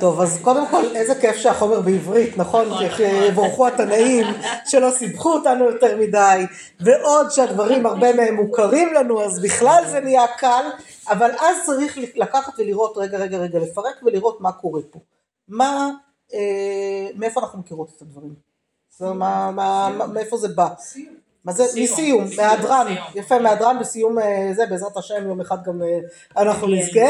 טוב, אז קודם כל, איזה כיף שהחומר בעברית, נכון? יבורכו התנאים, שלא סיבכו אותנו יותר מדי, ועוד שהדברים הרבה מהם מוכרים לנו, אז בכלל זה נהיה קל, אבל אז צריך לקחת ולראות, רגע, לפרק ולראות מה קורה פה. מאיפה אנחנו מכירות את הדברים? מאיפה זה בא? מה זה? מסיום, מהדרן, יפה, מהדרן בסיום זה, בעזרת השם יום אחד גם אנחנו נזכה.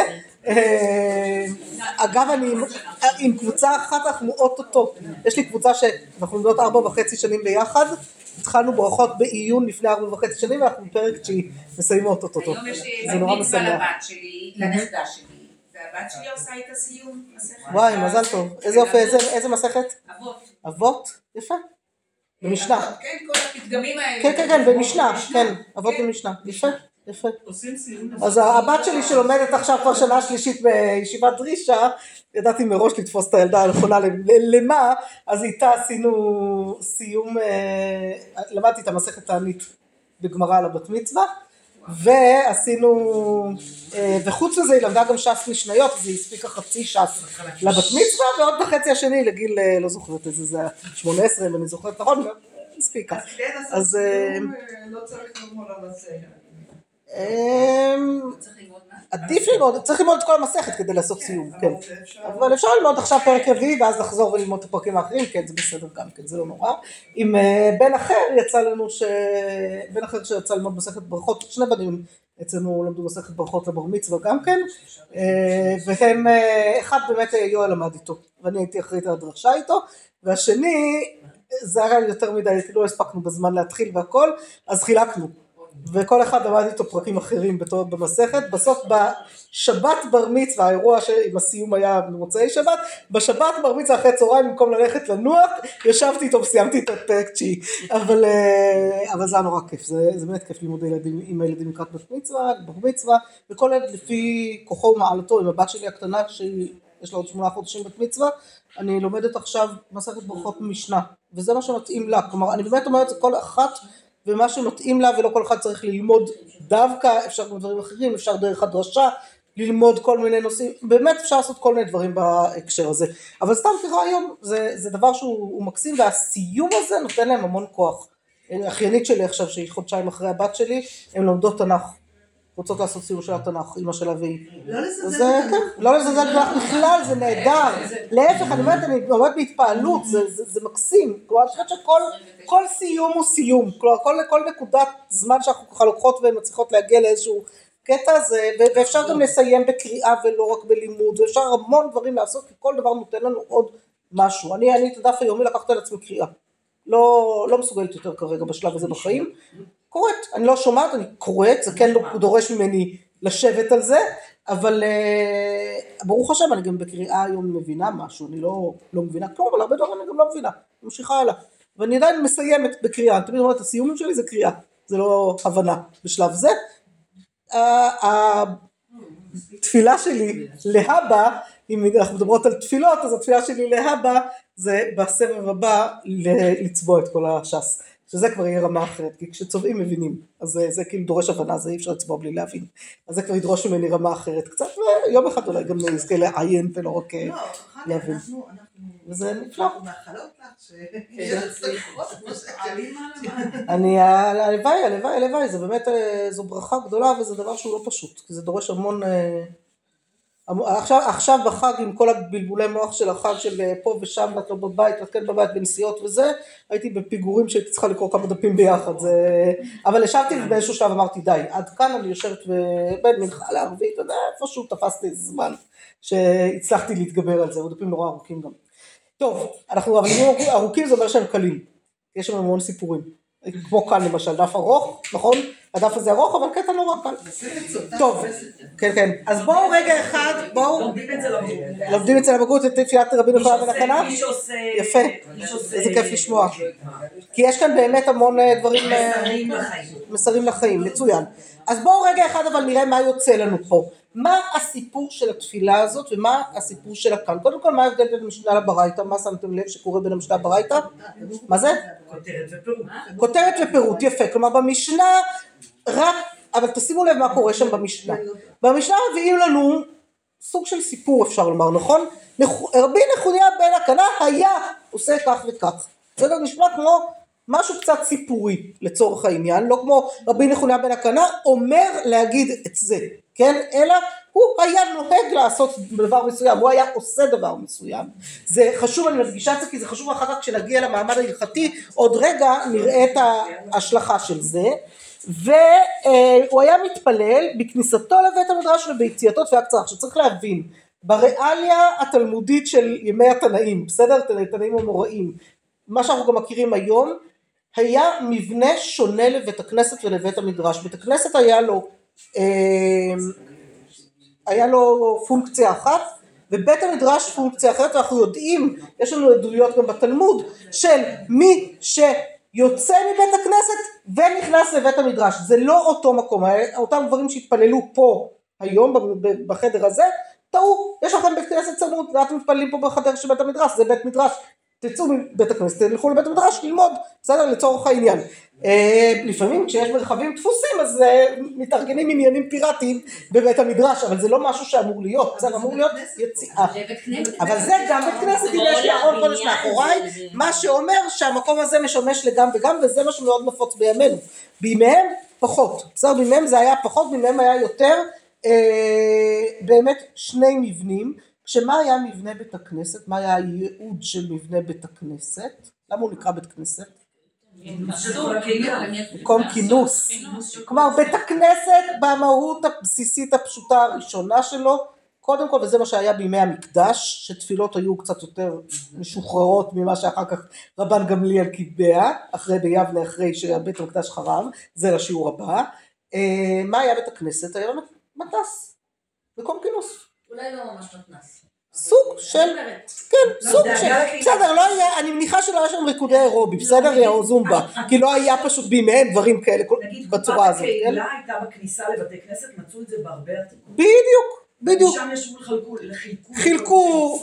אגב, אני עם קבוצה אחת אנחנו אוטוטו, יש לי קבוצה שאנחנו לומדות 4.5 שנים ביחד, התחלנו ברכות בעיון לפני 4.5 שנים, ואנחנו בפרק 9 מסיימות אוטוטו. היום יש לי בת מצווה לבת שלי, לנכדה שלי, והבת שלי עושה את הסיום מסכת. וואי, מזל טוב. איזה יופי, איזה מסכת? אבות. אבות? יפה. במשנה. כן, כל הפתגמים האלה. כן, במשנה, כן, אבות במשנה. יפה. אז הבת שלי שלומדת עכשיו כבר שנה שלישית בישיבת דרישה, ידעתי מראש לתפוס את הילדה הנכונה למה, אז איתה עשינו סיום, למדתי את המסכת תענית בגמרא על הבת מצווה, ועשינו, וחוץ לזה היא למדה גם ש"ס משניות, אז היא הספיקה חצי ש"ס לבת מצווה, ועוד בחצי השני לגיל, לא זוכרת איזה, זה 18, אם אני זוכרת נכון, הספיקה. אז לא צריך ללמוד על הסכת. עדיף ללמוד, צריך ללמוד את כל המסכת כדי לעשות סיום, כן. אבל אפשר ללמוד עכשיו פרק רביעי ואז לחזור וללמוד את הפרקים האחרים, כן, זה בסדר גם, כן, זה לא נורא. עם בן אחר יצא לנו בן אחר שיצא ללמוד מסכת ברכות, שני בנים אצלנו למדו מסכת ברכות לבר מצווה גם כן, והם, אחד באמת יואל למד איתו, ואני הייתי אחראית על הדרשה איתו, והשני, זה היה יותר מדי, לא הספקנו בזמן להתחיל והכל, אז חילקנו. וכל אחד עמד איתו פרקים אחרים במסכת, בסוף בשבת בר מצווה, האירוע עם הסיום היה במוצאי שבת, בשבת בר מצווה אחרי צהריים במקום ללכת לנוח, ישבתי איתו וסיימתי את הפרק 9, אבל זה היה נורא כיף, זה באמת כיף ללמוד עם הילדים לקראת בת מצווה, בר מצווה, וכל ילד לפי כוחו ומעלתו, עם הבת שלי הקטנה שיש לה עוד 8 חודשים בת מצווה, אני לומדת עכשיו מסכת ברכות במשנה, וזה מה שמתאים לה, כלומר אני באמת אומרת, זה כל אחת ומה שמתאים לה, ולא כל אחד צריך ללמוד דווקא, אפשר גם דברים אחרים, אפשר דרך הדרשה, ללמוד כל מיני נושאים, באמת אפשר לעשות כל מיני דברים בהקשר הזה, אבל סתם כרעיון, זה דבר שהוא מקסים, והסיום הזה נותן להם המון כוח. האחיינית שלי עכשיו, שהיא חודשיים אחרי הבת שלי, הן לומדות תנ"ך, רוצות לעשות סיום של התנ"ך, אמא שלה והיא. לא לזלזל. לא לזלזל בכלל, זה נהדר. להפך, אני אומרת בהתפעלות, זה מקסים. כלומר, אני חושבת שכל סיום הוא סיום. כלומר, כל נקודת זמן שאנחנו ככה לוקחות והן מצליחות להגיע לאיזשהו קטע הזה, ואפשר גם לסיים בקריאה ולא רק בלימוד, ואפשר המון דברים לעשות, כי כל דבר נותן לנו עוד משהו. אני את הדף היומי לקחת על עצמי קריאה. לא מסוגלת יותר כרגע בשלב הזה בחיים. קוראת, אני לא שומעת, אני קוראת, זה כן דורש ממני לשבת על זה, אבל ברוך השם, אני גם בקריאה היום מבינה משהו, אני לא מבינה כלום, אבל הרבה דברים אני גם לא מבינה, אני ממשיכה הלאה, ואני עדיין מסיימת בקריאה, אני תמיד אומרת, הסיומים שלי זה קריאה, זה לא הבנה בשלב זה. התפילה שלי להבא, אם אנחנו מדברות על תפילות, אז התפילה שלי להבא, זה בסבב הבא לצבוע את כל הש"ס. שזה כבר יהיה רמה אחרת, כי כשצובעים מבינים, אז זה כאילו דורש הבנה, זה אי אפשר לצבוע בלי להבין, אז זה כבר ידרוש ממני רמה אחרת קצת, ויום אחד אולי גם נזכה לעיין ולא רק להבין. וזה נפלא. אנחנו מאחלות לך אני, הלוואי, זה באמת, זו ברכה גדולה, וזה דבר שהוא לא פשוט, כי זה דורש המון, עכשיו בחג עם כל הבלבולי מוח של החג של פה ושם ואת לא בבית ואת כן בבית בנסיעות וזה, הייתי בפיגורים שהייתי צריכה לקרוא כמה דפים ביחד, אבל ישבתי באיזשהו שלב אמרתי די, עד כאן אני יושבת בין מנחה לערבית, איפשהו תפסתי איזה זמן שהצלחתי להתגבר על זה, ודפים נורא ארוכים גם. טוב, אבל ארוכים זה אומר שהם קלים, יש שם המון סיפורים, כמו כאן למשל, דף ארוך, נכון? הדף הזה ארוך, אבל קטע נורא קל. טוב, כן. אז בואו רגע אחד, לומדים את זה לבגרות, את תפילת רבינו יוחנן בן הקנה? יפה, איזה כיף לשמוע. כי יש כאן באמת המון דברים, מסרים לחיים, מצוין. אז בואו רגע אחד אבל נראה מה יוצא לנו פה. מה הסיפור של התפילה הזאת, ומה הסיפור של הכאן? קודם כל, מה ההבדל בין המשנה לברייתא? מה שמתם לב שקורה בין המשנה לברייתא? מה זה? כותרת ופירוט, יפה. כלומר, במשנה, אבל תשימו לב מה קורה שם במשנה. במשנה מביאים לנו סוג של סיפור אפשר לומר, נכון? רבי נחוניה בן הקנה היה עושה כך וכך. בסדר? נשמע כמו משהו קצת סיפורי לצורך העניין, לא כמו רבי נחוניה בן הקנה אומר להגיד את זה, כן? אלא הוא היה נוהג לעשות דבר מסוים, הוא היה עושה דבר מסוים. זה חשוב, אני מדגישה את זה כי זה חשוב אחר כך כשנגיע למעמד ההלכתי, עוד רגע נראה את ההשלכה של זה. והוא היה מתפלל בכניסתו לבית המדרש וביציאתו תפילה קצרה. עכשיו צריך להבין, בריאליה התלמודית של ימי התנאים, בסדר? התנאים המוראים, מה שאנחנו גם מכירים היום, היה מבנה שונה לבית הכנסת ולבית המדרש. בית הכנסת היה לו פונקציה אחת, ובית המדרש פונקציה אחרת, ואנחנו יודעים, יש לנו עדויות גם בתלמוד, של מי שיוצא מבית הכנסת ונכנס לבית המדרש. זה לא אותו מקום, אותם דברים שהתפללו פה היום בחדר הזה, טעו, יש לכם בית כנסת צמוד, ואתם מתפללים פה בחדר של בית המדרש, זה בית מדרש, תצאו מבית הכנסת, תלכו לבית המדרש ללמוד, בסדר, לצורך העניין. לפעמים כשיש מרחבים דפוסים, אז מתארגנים עניינים פיראטיים בבית המדרש, אבל זה לא משהו שאמור להיות, בסדר, אמור להיות יציאה. אבל זה גם בית כנסת, אם יש לי ארון קודש מאחוריי, מה שאומר שהמקום הזה משמש לגם וגם, וזה מה שמאוד נפוץ בימינו. בימיהם פחות, בסדר, בימיהם זה היה פחות, בימיהם היה יותר, באמת שני מבנים. כשמה היה מבנה בית הכנסת? מה היה הייעוד של מבנה בית הכנסת? למה הוא נקרא בית כנסת? מקום כינוס. כלומר בית הכנסת במהות הבסיסית הפשוטה הראשונה שלו, קודם כל, וזה מה שהיה בימי המקדש, שתפילות היו קצת יותר משוחררות ממה שאחר כך רבן גמליאל קיבע, אחרי ביבנה, אחרי שבית המקדש חרב, זה לשיעור הבא. מה היה בית הכנסת? היה מתנ"ס, מקום כינוס. אולי לא ממש מתנ"ס. סוג של, כן, סוג של, בסדר, לא היה, אני מניחה שלא היה שם ריקודי אירובי, בסדר, או זומבה, כי לא היה פשוט בימיהם דברים כאלה בצורה הזאת. נגיד, הקהילה הייתה בכניסה לבתי כנסת, מצאו את זה בהרבה עתיקות. בדיוק. שם ישבו חילקו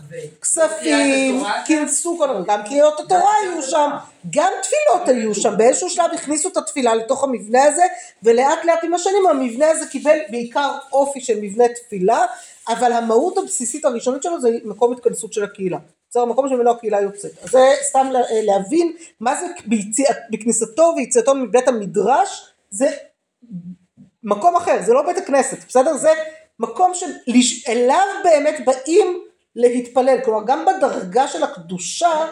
כספים, כינסו כל הזמן, גם קריאות התורה היו שם, גם תפילות היו שם, באיזשהו שלב הכניסו את התפילה לתוך המבנה הזה, ולאט לאט עם השנים המבנה הזה קיבל בעיקר אופי של מבנה תפילה, אבל המהות הבסיסית הראשונית שלו זה מקום התכנסות של הקהילה. זה המקום שממנו הקהילה יוצאת. אז זה סתם להבין מה זה בכניסתו ויציאתו מבית המדרש, זה מקום אחר, זה לא בית הכנסת, בסדר? זה מקום שאליו באמת באים להתפלל, כלומר גם בדרגה של הקדושה,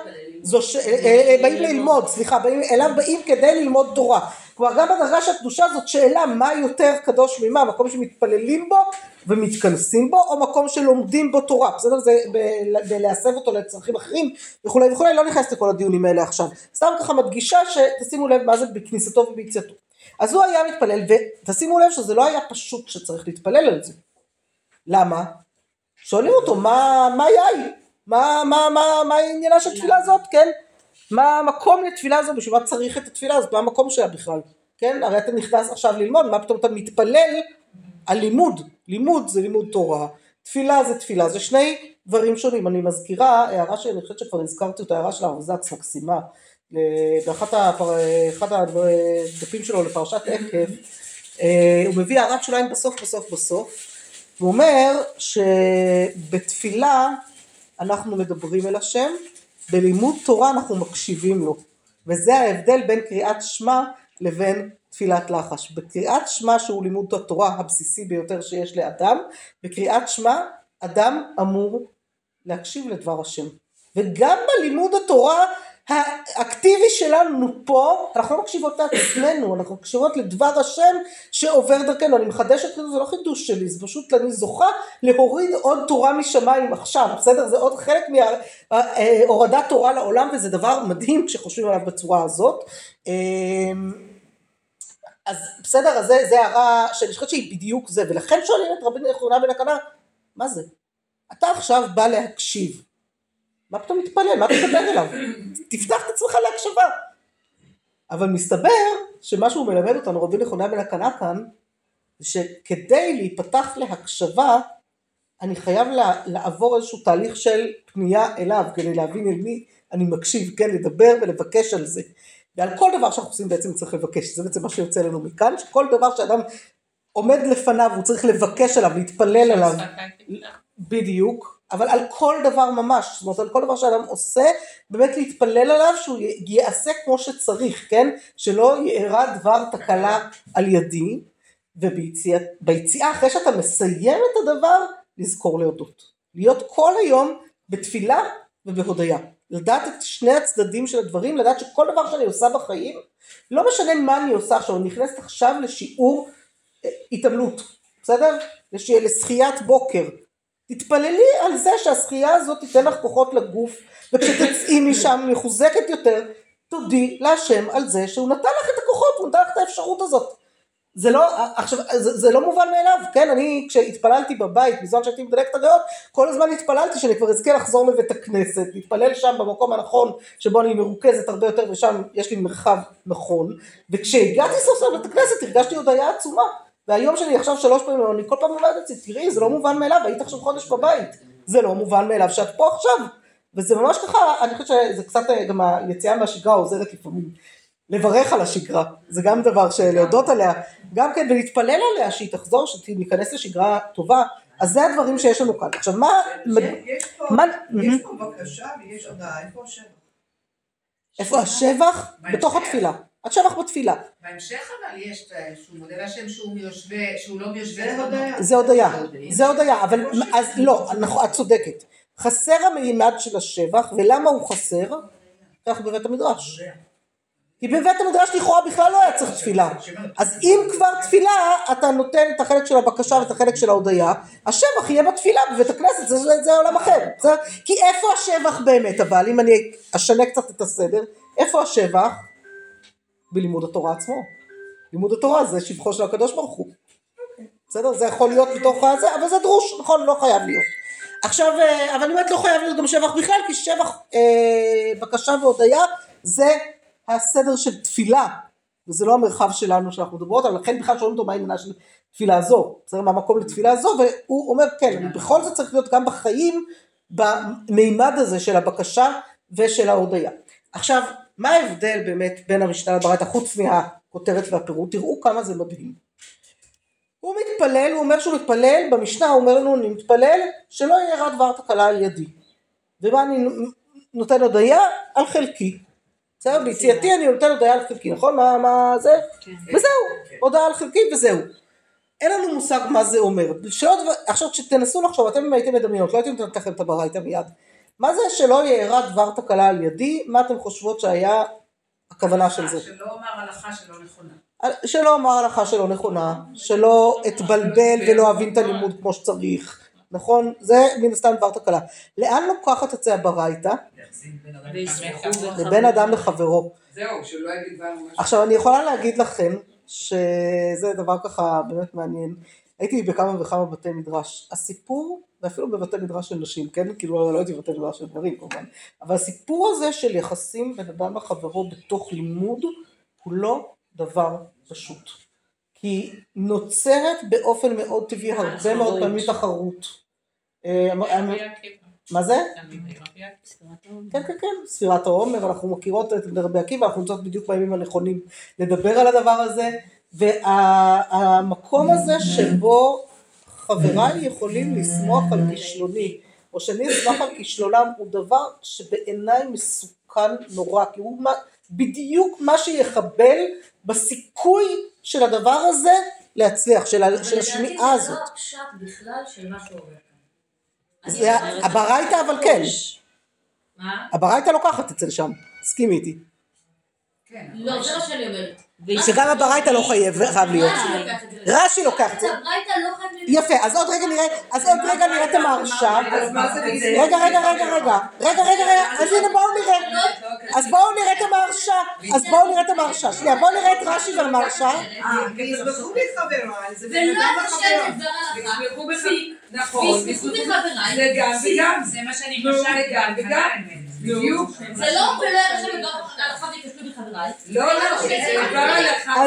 באים ללמוד, אליו באים כדי ללמוד תורה. כלומר גם בדרגה של הקדושה זאת שאלה מה יותר קדוש ממה, מקום שמתפללים בו ומתכנסים בו, או מקום שלומדים בו תורה, בסדר? זה בלהסב אותו לצרכים אחרים וכולי וכולי, לא נכנס לכל הדיונים האלה עכשיו. סתם ככה מדגישה שתשימו לב מה זה בכניסתו וביציאתו. אז הוא היה מתפלל, ותשימו לב שזה לא היה פשוט שצריך להתפלל על זה. למה? שואלים אותו, מה יאי? מה העניינה של תפילה הזאת, כן? מה המקום לתפילה הזאת? בשביל מה צריך את התפילה הזאת? מה המקום שלה בכלל? כן? הרי אתה נכנס עכשיו ללמוד, מה פתאום אתה מתפלל על לימוד? לימוד זה לימוד תורה, תפילה זה תפילה, זה שני דברים שונים. אני מזכירה, הערה שאני חושבת שכבר הזכרתי אותה, הערה של הרז"צ מקסימה, באחד הדפים שלו לפרשת עקב, הוא מביא הערת שוליים בסוף, הוא אומר שבתפילה אנחנו מדברים אל השם, בלימוד תורה אנחנו מקשיבים לו, וזה ההבדל בין קריאת שמע לבין תפילת לחש. בקריאת שמע שהוא לימוד התורה הבסיסי ביותר שיש לאדם, בקריאת שמע אדם אמור להקשיב לדבר השם, וגם בלימוד התורה האקטיבי שלנו פה, אנחנו לא מקשיבות לעצמנו, אנחנו מקשיבות לדבר השם שעובר דרכנו. אני מחדשת את זה, זה לא חידוש שלי, זה פשוט אני זוכה להוריד עוד תורה משמיים עכשיו, בסדר? זה עוד חלק מהורדת תורה לעולם, וזה דבר מדהים כשחושבים עליו בצורה הזאת. אז בסדר, אז זה הערה שאני חושבת שהיא בדיוק זה, ולכן שואלים את רבי נחוניה בן הקנה, מה זה? אתה עכשיו בא להקשיב, מה פתאום מתפלל? מה אתה מדבר אליו? תפתח את עצמך להקשבה. אבל מסתבר שמה שהוא מלמד אותנו רבי נחוניה בן הקנה כאן, שכדי להיפתח להקשבה, אני חייב לעבור איזשהו תהליך של פנייה אליו, כדי להבין אל מי אני מקשיב, כן, לדבר ולבקש על זה. ועל כל דבר שאנחנו עושים בעצם צריך לבקש, זה בעצם מה שיוצא לנו מכאן, שכל דבר שאדם עומד לפניו, הוא צריך לבקש עליו, להתפלל עליו, בדיוק, אבל על כל דבר ממש, זאת אומרת על כל דבר שאדם עושה, באמת להתפלל עליו שהוא יעשה כמו שצריך, כן? שלא יארע דבר תקלה על ידי, וביציאה אחרי שאתה מסיים את הדבר, לזכור להודות. להיות כל היום בתפילה ובהודיה. לדעת את שני הצדדים של הדברים, לדעת שכל דבר שאני עושה בחיים, לא משנה מה אני עושה עכשיו, אני נכנסת עכשיו לשיעור התעמלות, בסדר? לשחיית בוקר. תתפללי על זה שהשחייה הזאת תיתן לך כוחות לגוף, וכשתצאי משם מחוזקת יותר, תודי להשם על זה שהוא נתן לך את הכוחות, הוא נתן לך את האפשרות הזאת. זה לא, עכשיו, זה לא מובן מאליו, כן? אני כשהתפללתי בבית, בזמן שהייתי מדלקת הריאות, כל הזמן התפללתי שאני כבר אזכה לחזור לבית הכנסת, להתפלל שם במקום הנכון, שבו אני מרוכזת הרבה יותר, ושם יש לי מרחב נכון, וכשהגעתי סוף סוף לבית הכנסת, הרגשתי הודיה עצומה, והיום שאני עכשיו 3 פעמים, אני כל פעם אומרת את זה, תראי, זה לא מובן מאליו, היית עכשיו חודש בבית, זה לא מובן מאליו שאת פה עכשיו, וזה ממש ככה, אני חושבת שזה קצת גם היציאה מהשגרה עוזרת לפעמים, לברך על השגרה, זה גם דבר להודות עליה, גם כן ולהתפלל עליה שהיא תחזור, שניכנס לשגרה טובה, אז זה הדברים שיש לנו כאן. עכשיו מה... יש פה בקשה ויש הודעה, איפה השבח? איפה השבח? בתוך התפילה, השבח בתפילה. בהמשך אבל יש שהוא מודה להשם שהוא לא מיושבי זה הודיה, אבל אז לא, את צודקת, חסר המימד של השבח, ולמה הוא חסר? כך בבית המדרש. כי בבית המדרש לכאורה בכלל לא היה צריך תפילה, אז אם כבר תפילה אתה נותן את החלק של הבקשה ואת החלק של ההודיה, השבח יהיה בתפילה בבית הכנסת, זה עולם אחר, כי איפה השבח באמת? אבל אם אני אשנה קצת את הסדר, איפה השבח? בלימוד התורה עצמו. לימוד התורה זה שבחו של הקדוש ברוך הוא, בסדר? זה יכול להיות בתוך הזה, אבל זה דרוש, נכון? לא חייב להיות. עכשיו, אבל אני אומרת לא חייב להיות גם שבח בכלל, כי שבח, בקשה והודיה זה הסדר של תפילה, וזה לא המרחב שלנו שאנחנו מדברות, אבל לכן בכלל שואלים אותו מה העניינה של תפילה הזו, בסדר, מה המקום לתפילה הזו, והוא אומר כן, אני בכל זאת צריך להיות גם בחיים, במימד הזה של הבקשה ושל ההודיה. עכשיו, מה ההבדל באמת בין המשנה לברייתא, חוץ מהכותרת והפירוט, תראו כמה זה מדהים. הוא מתפלל, הוא אומר שהוא מתפלל, במשנה הוא אומר לנו, אני מתפלל שלא יארע דבר תקלה על ידי, ומה אני נותן הודיה? על חלקי. בסדר, ביציאתי אני נותן הודעה על חלקי, נכון? מה זה? וזהו, הודעה על חלקי וזהו. אין לנו מושג מה זה אומר. עכשיו כשתנסו לחשוב, אתם אם הייתם מדמיינות, לא הייתם נותנת לכם את הברייתא מיד. מה זה שלא יארע דבר תקלה על ידי? מה אתם חושבות שהיה הכוונה של זה? שלא אומר הלכה שלא נכונה. שלא אומר הלכה שלא נכונה, שלא התבלבל ולא אבין את הלימוד כמו שצריך. נכון? זה מן הסתם דבר תקלה. לאן לוקחת את זה הברייתא? לבין אדם לחברו. זהו, שלא יגיד דבר משהו. עכשיו אני יכולה להגיד לכם שזה דבר ככה באמת מעניין. הייתי בכמה וכמה בתי מדרש. הסיפור, ואפילו בבתי מדרש של נשים, כן? כאילו לא הייתי בבתי מדרש של דברים כמובן. אבל הסיפור הזה של יחסים בין אדם לחברו בתוך לימוד, הוא לא דבר פשוט. כי נוצרת באופן מאוד טבעי הרבה מאוד פעמים תחרות. מה זה? כן, כן, כן, ספירת העומר, אנחנו מכירות את רבי עקיבא, אנחנו נמצאות בדיוק בימים הנכונים לדבר על הדבר הזה, והמקום הזה שבו חבריי יכולים לשמוח על כישלוני, או שאני אשמח על כישלונם, הוא דבר שבעיניי מסוכן נורא, כי הוא בדיוק מה שיחבל בסיכוי של הדבר הזה להצליח, של השמיעה הזאת. זה לא הפשט בכלל של מה שהוא אומר. הברייתא אבל כן. מה? הברייתא לוקחת את זה לשם, הסכימי איתי. לא, זה מה שאני אומרת. שגם הברייתא לא חייב להיות. רש"י לוקח את זה. הברייתא לא חייב להיות. יפה, אז עוד רגע נראה את המהרש"א. רגע, אז בואו נראה את המהרש"א. שנייה, בואו נראה את רש"י והמהרש"א. ויסמכו בחבריי, זה ולא השם דבר הלכה. נכון, זה גם וגם, זה מה שאני חושבת, זה גם וגם, בדיוק. זה לא ולא השם דבר הלכה ויקשלו בחבריי. לא, זה דבר הלכה.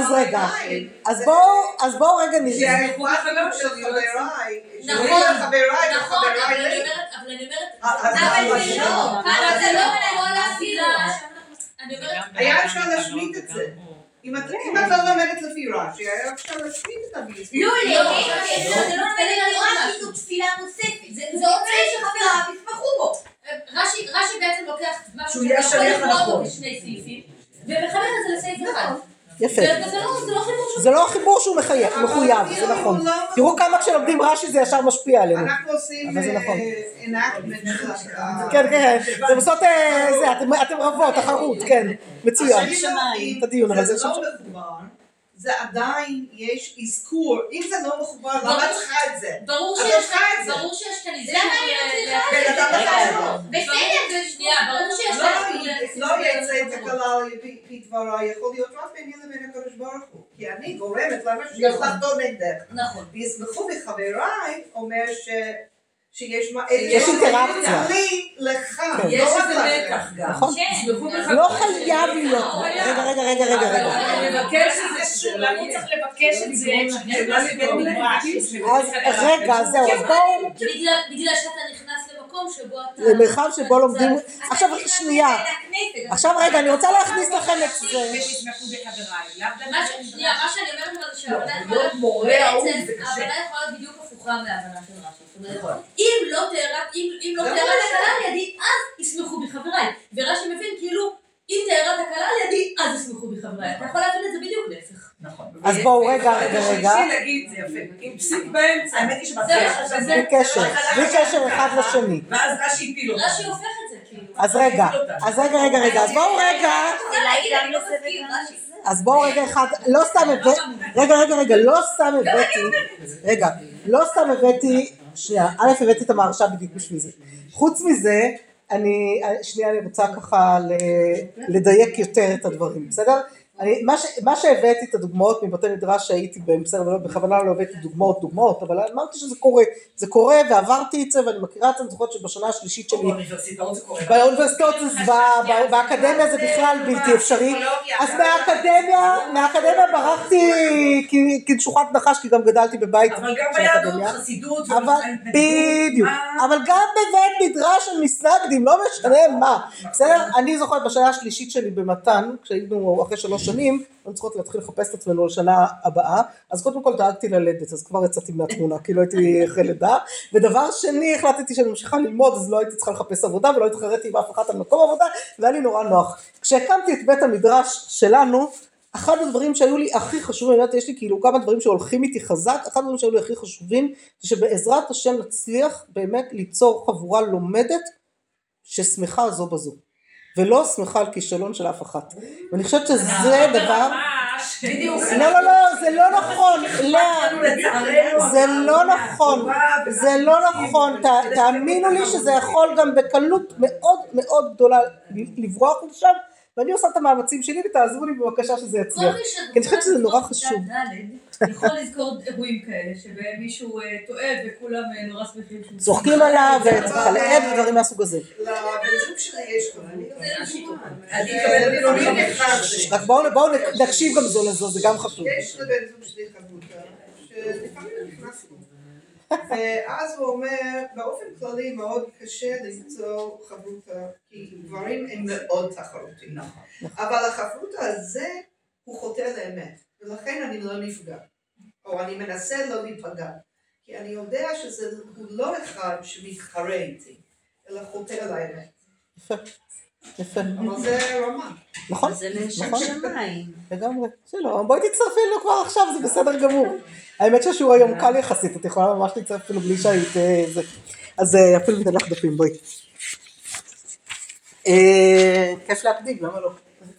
אז בואו רגע נראה. שהאכפתיות של חבריי, נכון, חבריי, אבל אני אומרת, זה לא להפעיל. היה אפשר להשמיט את זה. אם את לא לומדת לפי רש"י, היה אפשר להשמיד את הביס. לא, זה לא נראה כאילו תפילה נוספת. זה עוד סעיף שחבריו יתמכו בו. רש"י בעצם לוקח משהו שיכול לקרוא אותו בשני סעיפים, ומחבר את זה לסעיף אחד. יפה. זה לא חיבור שהוא... זה לא החיבור שהוא מחויב, זה נכון. תראו כמה כשלומדים רש"י זה ישר משפיע עלינו. אנחנו עושים enactment של השעה. כן, כן, זה בסוף זה, אתם רבות, תחרות, כן, מצוין. את הדיון, אבל זה לא מחובר, זה עדיין יש אזכור, אם זה לא מחובר, למה צריכה את זה? ברור שיש כאן איזה... למה אני לא צריכה? בסדר, שנייה, ברור שיש כאן... לא יצא תקלה לפי דברה, יכול להיות רק ביני לבין הקדוש ברוך הוא, כי אני גורמת לאנשים לחתום נגדך. נכון. ויסמכו בחבריי אומר שיש אינטראקציה. לי לך, יש לא רק איזה לך. מתח גם. נכון. לא חייב להיות. רגע. לבקש את זה, למה הוא צריך לבקש את זה? אז רגע, זהו, אז בואו... בגלל שאתה נכנס למקום שבו אתה... למרחב שבו לומדים... עכשיו, שנייה. עכשיו רגע, אני רוצה להכניס לכם את זה. ושתשמחו בחבריי. שנייה, מה שאני אומרת זה שההבנה יכולה להיות בדיוק הפוכה מההבנה של רש"י. זאת אומרת, אם לא תארת הקלה לידי, אז ישמחו בחבריי. ורש"י מבין כאילו, אם תארת הקלה לידי, אז ישמחו בחבריי. אתה יכול להבין את זה בדיוק להפך. נכון. אז בואו רגע. להגיד, זה יפה. עם פסיק באמצע. האמת היא שבהתחלה בלי קשר אחד לשני. ואז רש"י הפיל אותה. רש"י הופך את זה כאילו. אז רגע, אז בואו רגע. אז בואו רגע אחד, לא סתם הבאתי, לא סתם הבאתי, שנייה, הבאתי את המהרש"א בדיוק בשביל זה. חוץ מזה, אני רוצה ככה לדייק יותר את הדברים, בסדר? מה שהבאתי את הדוגמאות מבתי מדרש שהייתי בהם, בסדר, ולא בכוונה לא הבאתי דוגמאות, אבל אמרתי שזה קורה, זה קורה ועברתי את זה ואני מכירה את זה, אני זוכרת שבשנה השלישית שלי, באוניברסיטאות זה זוועה, באקדמיה זה בכלל בלתי אפשרי, אז מהאקדמיה ברחתי כנשוכת נחש, כי גם גדלתי בבית אבל גם ביהדות, חסידות, בדיוק, אבל גם בבית מדרש של מסנגדים, לא משנה מה, בסדר? אני זוכרת בשנה השלישית שלי במתן, כשהיינו אחרי 3 שנים, לא צריכות להתחיל לחפש את עצמנו לשנה הבאה, אז קודם כל דאגתי ללדת, אז כבר יצאתי מהתמונה, כי לא הייתי אחרי לידה, ודבר שני, החלטתי שאני ממשיכה ללמוד, אז לא הייתי צריכה לחפש עבודה, ולא התחרתי עם אף אחת על מקום עבודה, והיה לי נורא נוח. כשהקמתי את בית המדרש שלנו, אחד הדברים שהיו לי הכי חשובים, אני יודעת, יש לי כאילו כמה דברים שהולכים איתי חזק, אחד הדברים שהיו לי הכי חשובים, זה שבעזרת השם נצליח באמת ליצור חבורה לומדת, ששמחה זו בזו. ולא שמחה על כישלון של אף אחת. ואני חושבת שזה דבר... לא, זה לא נכון. זה לא נכון. תאמינו לי שזה יכול גם בקלות מאוד מאוד גדולה לברוח לשם, ואני עושה את המאמצים שלי ותעזרו לי בבקשה שזה יצליח. כי אני חושבת שזה נורא חשוב. יכול לזכור אירועים כאלה שבהם מישהו טועה וכולם נורא שמחים צוחקים עליו וצריך לעד ודברים מהסוג הזה. לבן זוג שלי יש חבותה. רק בואו נקשיב גם זו לזו, זה גם חשוב. יש לבן זוג שלי חבותה, שלפעמים נכנס לו. ואז הוא אומר, באופן כללי מאוד קשה למצוא חבותה, כי גברים הם מאוד תחרותיים. אבל החבותה הזה הוא חוטא לאמת, ולכן אני לא נפגע. או אני מנסה לא להיפגע, כי אני יודע שהוא לא אחד שמתחרה איתי, אלא חוטא על האמת. יפה. אבל זה רמה. נכון? זה לשם שמיים. לגמרי. שלא, בואי תצטרפי לו כבר עכשיו, זה בסדר גמור. האמת שהשיעור היום קל יחסית, את יכולה ממש להצטרף אפילו בלי שהיית זה. אז אפילו ניתן לך דפים, בואי. כיף להקדים, למה לא?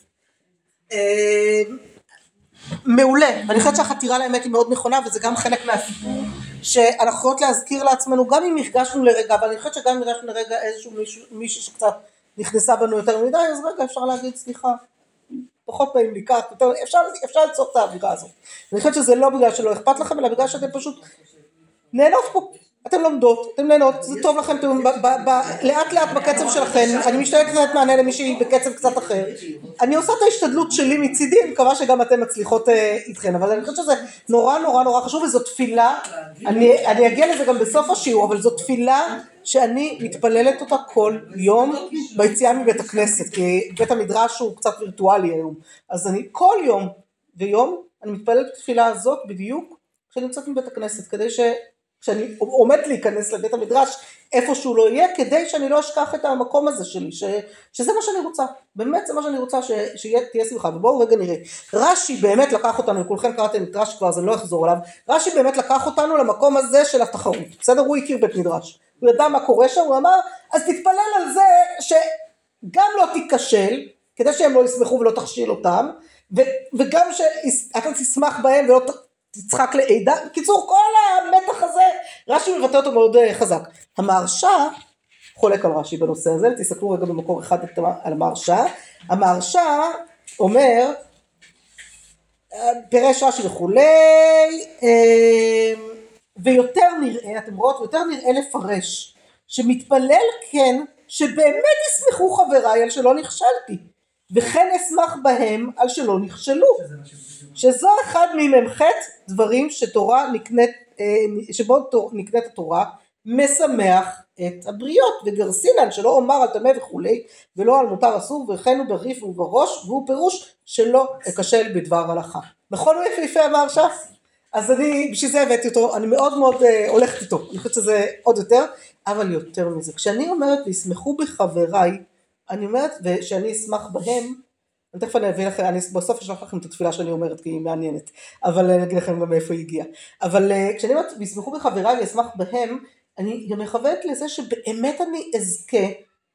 מעולה, ואני חושבת שהחתירה לאמת היא מאוד נכונה, וזה גם חלק מהסיפור שאנחנו יכולות להזכיר לעצמנו, גם אם הרגשנו לרגע, אבל אני חושבת שגם אם הרגשנו לרגע איזשהו מישהו שקצת נכנסה בנו יותר מדי, אז רגע אפשר להגיד סליחה, פחות נעים לי כך, אפשר לצור את האווירה הזאת. אני חושבת שזה לא בגלל שלא אכפת לכם, אלא בגלל שאתם פשוט נהנות פה. אתם לומדות, אתם נהנות, זה טוב לכם, לאט לאט בקצב שלכם, אני משתדלת לתת מענה למישהי בקצב קצת אחר, אני עושה את ההשתדלות שלי מצידי, אני מקווה שגם אתם מצליחות איתכן, אבל אני חושבת שזה נורא נורא נורא חשוב, וזו תפילה, אני אגיע לזה גם בסוף השיעור, אבל זו תפילה שאני מתפללת אותה כל יום ביציאה מבית הכנסת, כי בית המדרש הוא קצת וירטואלי היום, אז אני כל יום ויום, אני מתפללת בתפילה הזאת בדיוק כשאני יוצאת מבית הכנסת, כדי כשאני עומד להיכנס לבית המדרש, איפה שהוא לא יהיה, כדי שאני לא אשכח את המקום הזה שלי, שזה מה שאני רוצה, באמת זה מה שאני רוצה, שתהיה שמחה. ובואו רגע נראה, רש"י באמת לקח אותנו, כולכם קראתם את רש"י כבר, אז אני לא אחזור עליו, רש"י באמת לקח אותנו למקום הזה של התחרות, בסדר? הוא הכיר בית מדרש, הוא ידע מה קורה שם, הוא אמר, אז תתפלל על זה שגם לא תיכשל, כדי שהם לא ישמחו ולא תכשיל אותם, וגם שאתה תשמח בהם ולא תצחק לעידה. בקיצור, כל המתח הזה, רש"י מבטא אותו מאוד חזק. המהרש"א חולק על רש"י בנושא הזה, תסתכלו רגע במקור אחד על המהרש"א. המהרש"א אומר, פירש רש"י וכולי, ויותר נראה, אתם רואות, ויותר נראה לפרש, שמתפלל כן, שבאמת ישמחו חבריי על שלא נכשלתי, וכן אשמח בהם על שלא נכשלו. שזו אחד מממחת דברים שבו נקנית התורה, משמח את הבריות, וגרסינן שלא אומר על טמא וכולי, ולא על מותר אסור, וכן הוא בריף ובראש, והוא פירוש שלא אכשל בדבר הלכה. נכון הוא יפהפה המהרש"א? אז אני בשביל זה הבאתי אותו, אני מאוד מאוד הולכת איתו, אני חושבת שזה עוד יותר, אבל יותר מזה, כשאני אומרת וישמחו בחבריי, אני אומרת ושאני אשמח בהם, אני תכף אני אביא לכם, אני בסוף אשלח לכם את התפילה שאני אומרת, כי היא מעניינת, אבל אני אגיד לכם גם מאיפה היא הגיעה. אבל כשאני אומרת, וישמחו בחבריי ואשמח בהם, אני גם מכוונת לזה שבאמת אני אזכה,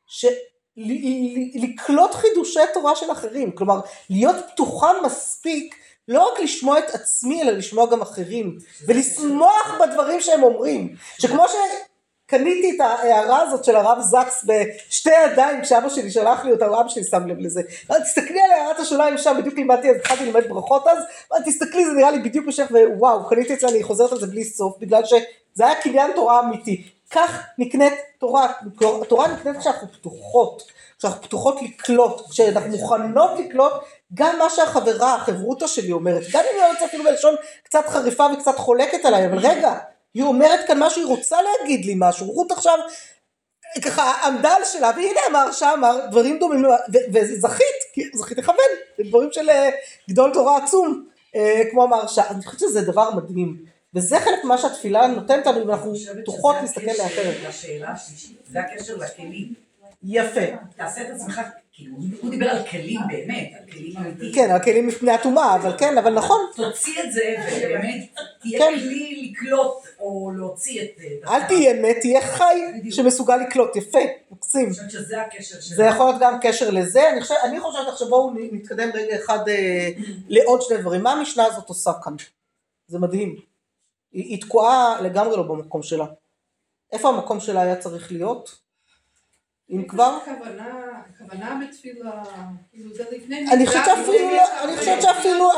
לקלוט חידושי תורה של אחרים, כלומר, להיות פתוחה מספיק, לא רק לשמוע את עצמי, אלא לשמוע גם אחרים, ולשמוח בדברים שהם אומרים, שכמו קניתי את ההערה הזאת של הרב זקס בשתי ידיים, כשאבא שלי שלח לי אותה, אבא שלי שם לב לזה, תסתכלי על הערת השוליים שם, בדיוק לימדתי, אז התחלתי ללמד ברכות אז, תסתכלי, זה נראה לי בדיוק משך, ווואו, קניתי את זה, אני חוזרת על זה בלי סוף, בגלל שזה היה קניין תורה אמיתי. כך נקנית תורה, התורה נקנית כשאנחנו פתוחות, כשאנחנו פתוחות לקלוט, כשאנחנו מוכנות לקלוט, גם מה החברותה שלי אומרת, גם אם היא אומרת אפילו בלשון קצת חריפה וקצת חולקת עליי, אבל רגע, היא אומרת כאן משהו, היא רוצה להגיד לי משהו, רות עכשיו ככה עמדה על שלה, והנה המהרש"א אמר דברים דומים, וזכית לכוון, דברים של גדול תורה עצום, כמו המהרש"א. אני חושבת שזה דבר מדהים, וזה חלק מה שהתפילה נותנת לנו, ואנחנו פתוחות להסתכל לאחרת. השאלה השלישית, זה הקשר לכלים. יפה. תעשה את עצמך, כאילו, הוא דיבר על כלים באמת, על כלים אמיתיים. כן, על כלים מפני הטומאה, אבל כן, אבל נכון. תוציא את זה, ובאמת תהיה כלי לקלוט, או להוציא את זה. אל תהיה מת, תהיה חי שמסוגל לקלוט, יפה, מקסים. אני חושבת שזה הקשר שלנו. זה יכול להיות גם קשר לזה, אני חושבת עכשיו בואו נתקדם רגע אחד לעוד שני דברים, מה המשנה הזאת עושה כאן? זה מדהים, היא תקועה לגמרי לא במקום שלה, איפה המקום שלה היה צריך להיות? אם כבר? הכוונה בתפילה, כאילו זה לפני... אני חושבת שאפילו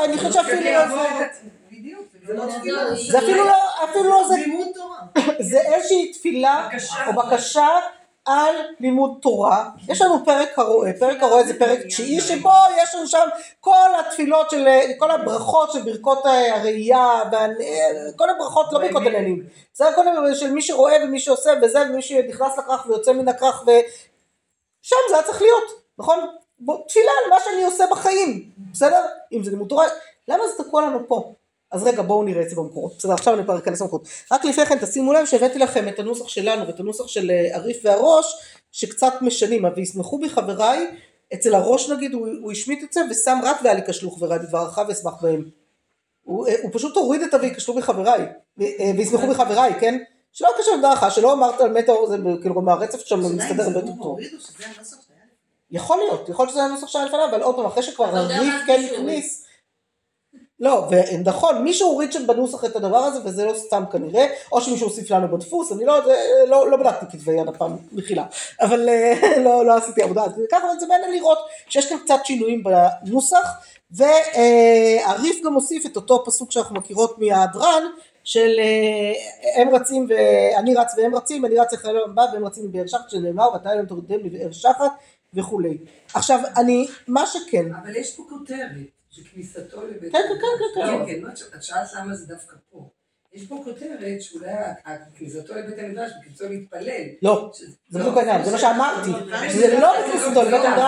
זה אפילו לא זה לימוד תורה. זה איזושהי תפילה או בקשה על לימוד תורה. יש לנו פרק הרואה, פרק הרואה זה פרק 9 שבו יש לנו שם כל התפילות של, כל הברכות של ברכות הראייה, כל הברכות, לא ברכות עניינים, זה כל של מי שרואה ומי שעושה וזה, ומי שנכנס לכרך ויוצא מן הכרך, ושם זה היה צריך להיות, נכון? תפילה על מה שאני עושה בחיים, בסדר? אם זה לימוד תורה, למה זה תקוע לנו פה? אז רגע, בואו נראה את זה במקורות. בסדר, עכשיו אני כבר אכנס במקורות. רק לפני כן תשימו לב שהבאתי לכם את הנוסח שלנו ואת הנוסח של הריף והראש, שקצת משנים, וישמחו בחבריי, אצל הראש נגיד הוא השמיט את זה ושם רק ואל יקשלו חבריי בדברך ואשמח בהם. הוא פשוט הוריד את ויקשלו בחבריי, וישמחו בחבריי, כן? שלא קשור לדעך, שלא אמרת על מטר, זה כאילו מהרצף שם מסתדר הרבה יותר טוב. יכול להיות שזה הנוסח שהיה לפניו, אבל עוד פעם, אחרי שכבר הריף כן הכניס, לא, ונכון, מישהו הוריד שם בנוסח את הדבר הזה, וזה לא סתם כנראה, או שמישהו הוסיף לנו בדפוס, אני לא בדקתי כתבי יד הפעם, מחילה, אבל לא עשיתי עבודה, ככה זה מעניין לראות שיש כאן קצת שינויים בנוסח, והריף גם הוסיף את אותו פסוק שאנחנו מכירות מהדרן, של הם רצים ואני רץ והם רצים, אני רץ אחרי הבא והם רצים מבאר שחת, שנאמר, ואתה אליהם תורדם לבאר שחת וכולי. עכשיו, מה שכן... אבל יש פה כותרת. שכניסתו לבית... כן. כן, את שאלת למה זה דווקא פה. יש פה כותרת שאולי כניסתו לבית המדרש, בכניסתו להתפלל. לא, זה בדיוק העניין, זה מה שאמרתי. זה לא בכניסתו לבית המדרש,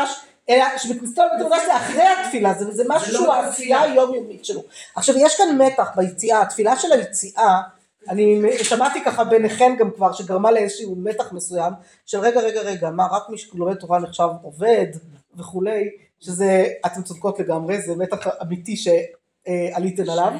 אלא שבכניסתו לבית המקדש זה אחרי התפילה, זה משהו שהוא העשייה היומיומית שלו. עכשיו יש כאן מתח ביציאה, התפילה של היציאה, אני שמעתי ככה ביניכן גם כבר, שגרמה לאיזשהו מתח מסוים, של רגע, מה רק מי שלומד תורה נחשב עובד וכולי, שזה, אתם צודקות לגמרי, זה מתח אמיתי שעליתן עליו.